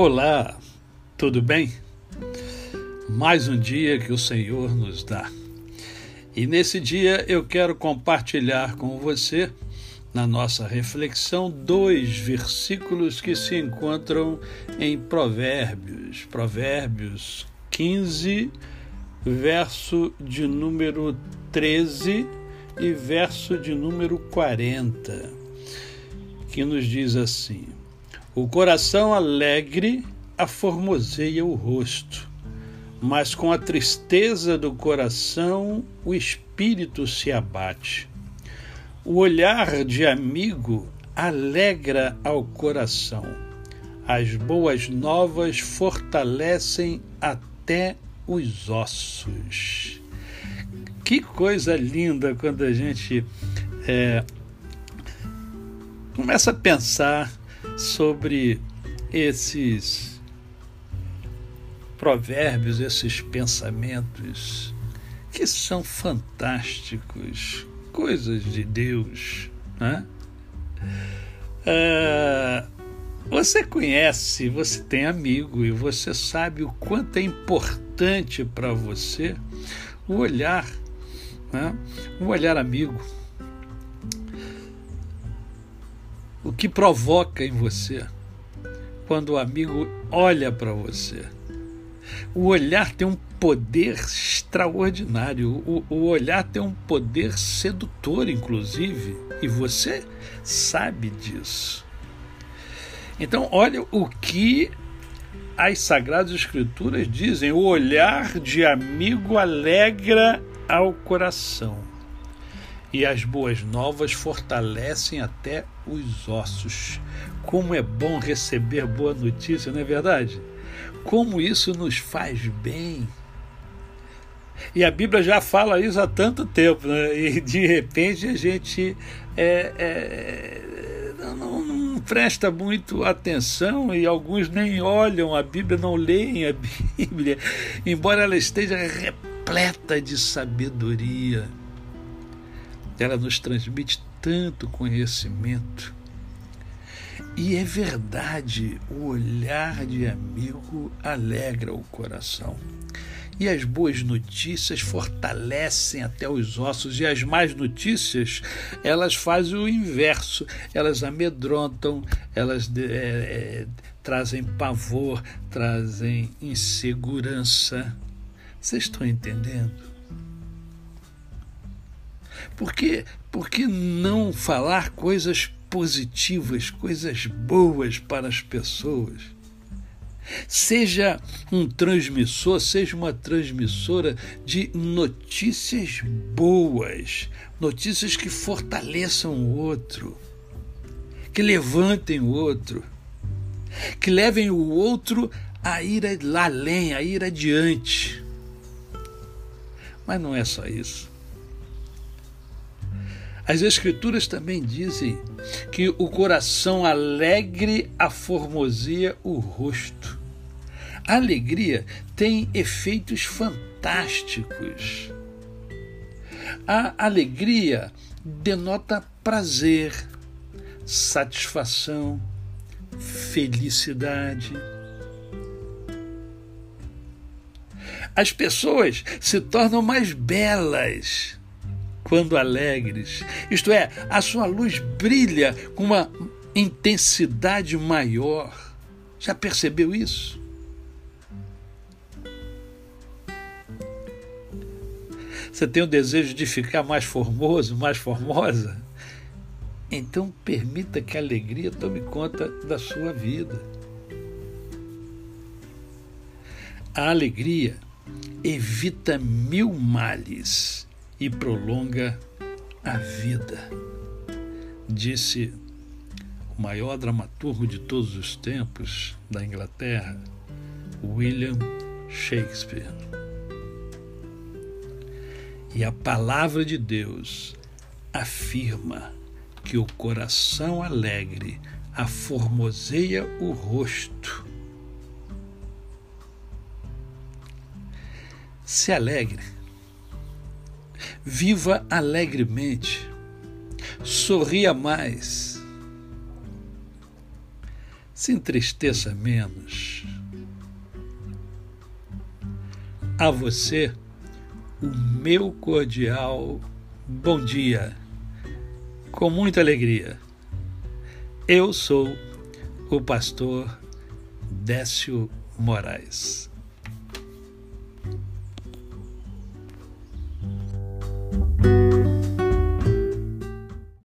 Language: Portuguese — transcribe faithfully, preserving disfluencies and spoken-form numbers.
Olá, tudo bem? Mais um dia que o Senhor nos dá. E nesse dia eu quero compartilhar com você, na nossa reflexão, dois versículos que se encontram em Provérbios. Provérbios quinze, verso de número treze e verso de número quarenta, que nos diz assim: o coração alegre aformoseia o rosto, mas com a tristeza do coração o espírito se abate. O olhar de amigo alegra ao coração. As boas novas fortalecem até os ossos. Que coisa linda quando a gente é, começa a pensar sobre esses provérbios, esses pensamentos que são fantásticos, coisas de Deus, né? Ah, você conhece, você tem amigo e você sabe o quanto é importante para você o olhar, né? O olhar amigo. O que provoca em você quando o amigo olha para você. O olhar tem um poder extraordinário. O, o olhar tem um poder sedutor, inclusive, e você sabe disso. Então, olha o que as Sagradas Escrituras dizem: o olhar de amigo alegra ao coração, e as boas novas fortalecem até os ossos. Como é bom receber boa notícia, não é verdade? Como isso nos faz bem. E a Bíblia já fala isso há tanto tempo, né? E de repente a gente é, é, não, não presta muito atenção, e alguns nem olham a Bíblia, não leem a Bíblia, embora ela esteja repleta de sabedoria. Ela nos transmite tanto conhecimento. E é verdade, o olhar de amigo alegra o coração. E as boas notícias fortalecem até os ossos. E as más notícias, elas fazem o inverso. Elas amedrontam, elas é, é, trazem pavor, trazem insegurança. Vocês estão entendendo? Por que, por que não falar coisas positivas, coisas boas para as pessoas? Seja um transmissor, seja uma transmissora de notícias boas, notícias que fortaleçam o outro, que levantem o outro, que levem o outro a ir além, a ir adiante. Mas não é só isso. As Escrituras também dizem que o coração alegre aformoseia o rosto. A alegria tem efeitos fantásticos. A alegria denota prazer, satisfação, felicidade. As pessoas se tornam mais belas quando alegres, isto é, a sua luz brilha com uma intensidade maior. Já percebeu isso? Você tem o desejo de ficar mais formoso, mais formosa? Então permita que a alegria tome conta da sua vida. A alegria evita mil males e prolonga a vida, disse o maior dramaturgo de todos os tempos da Inglaterra, William Shakespeare. E a palavra de Deus afirma que o coração alegre aformoseia o rosto. Se alegre. Viva alegremente. Sorria mais. se entristeça menos. A você, o meu cordial bom dia, com muita alegria. Eu sou o pastor Décio Moraes.